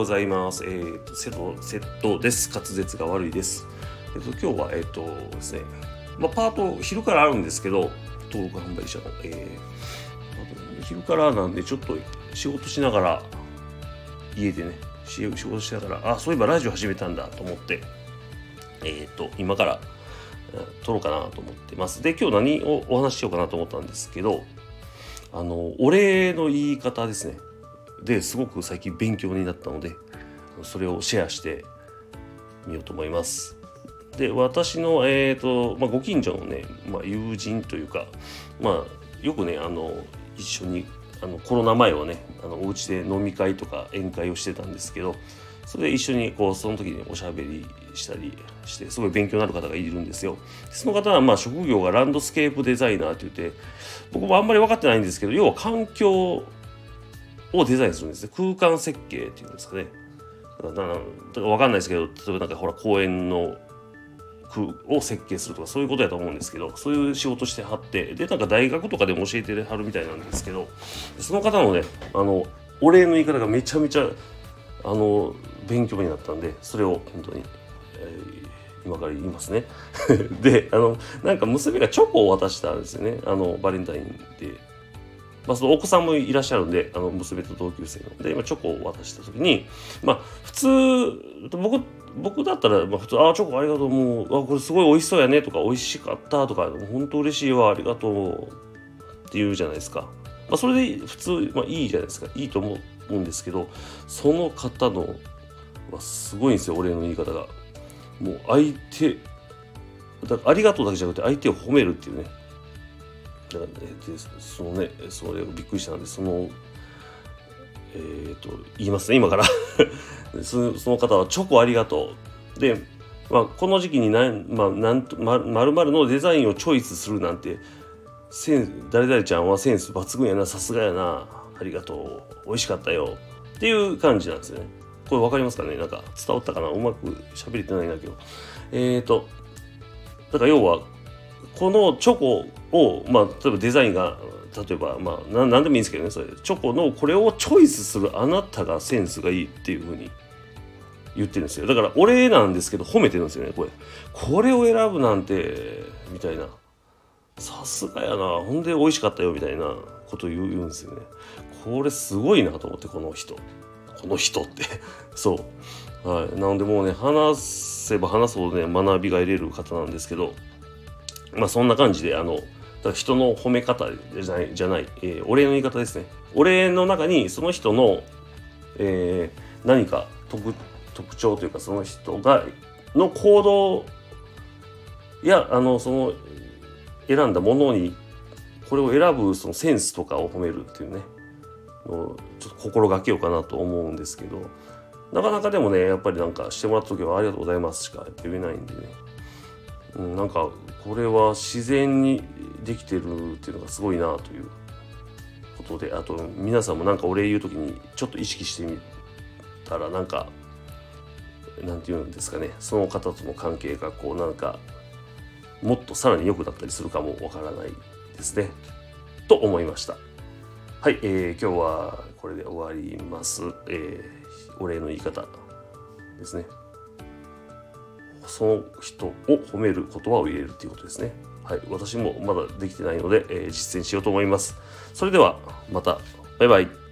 ございます。セットです。滑舌が悪いです。今日はですね、パート昼からあるんですけど、登録販売者の、昼からなんでちょっと仕事しながら家でね仕事しながらそういえばラジオ始めたんだと思って、今から撮ろうかなと思ってます。で、今日何をお話ししようかなと思ったんですけど、お礼の言い方ですね。ですごく最近勉強になったので、それをシェアしてみようと思います。で、私のご近所のね、友人というか、よくね一緒にコロナ前はねお家で飲み会とか宴会をしてたんですけど、それで一緒にその時におしゃべりしたりしてすごい勉強になる方がいるんですよ。その方は職業がランドスケープデザイナーって言って、僕もあんまり分かってないんですけど、要は環境をデザインするんですね。空間設計っていうんですかね。だから分かんないですけど、例えばなんか公園のを設計するとかそういうことやと思うんですけど、そういう仕事してはって、でなんか大学とかでも教えてはるみたいなんですけど、その方のねお礼の言い方がめちゃめちゃ勉強になったんで、それを本当に、今から言いますね。でなんか娘がチョコを渡したんですよね、バレンタインで。そのお子さんもいらっしゃるんで、娘と同級生ので今チョコを渡した時に、普通僕だったら普通チョコありがとう、もうこれすごい美味しそうやねとか、美味しかったとか、本当嬉しいわありがとうって言うじゃないですか。それで普通いいじゃないですか、いいと思うんですけど、その方のはすごいんですよ、お礼の言い方が。もう相手だからありがとうだけじゃなくて相手を褒めるっていうね。だからそれをびっくりしたんで、言いますね今からその方はチョコありがとうで、この時期に〇〇のデザインをチョイスするなんて、誰々ちゃんはセンス抜群やな、さすがやな、ありがとう、美味しかったよっていう感じなんですよね。これ分かりますかね。なんか伝わったかな、うまく喋れてないんだけど、だから要はこのチョコを例えばデザインが例えば何でもいいんですけどね、それチョコのこれをチョイスするあなたがセンスがいいっていう風に言ってるんですよ。だからお礼なんですけど褒めてるんですよね。これを選ぶなんてみたいな、さすがやな、ほんで美味しかったよみたいなことを言うんですよね。これすごいなと思って、この人ってそうはい。なのでもうね、話せば話すほどね学びが得れる方なんですけど、そんな感じでだから人の褒め方じゃない、お礼の言い方ですね。お礼の中にその人の、何か特徴というか、その人の行動やその選んだものにこれを選ぶそのセンスとかを褒めるっていうねのちょっと心がけようかなと思うんですけど、なかなかでもね、やっぱりなんかしてもらった時はありがとうございますしか言えないんでね、なんかこれは自然にできてるっていうのがすごいなということで、あと皆さんもなんかお礼言う時にちょっと意識してみたら、なんかなんていうんですかね、その方との関係がなんかもっとさらに良くなったりするかもわからないですねと思いました。はい、今日はこれで終わります。お礼の言い方ですね。その人を褒める言葉を入れるということですね。はい、私もまだできてないので、実践しようと思います。それではまた、バイバイ。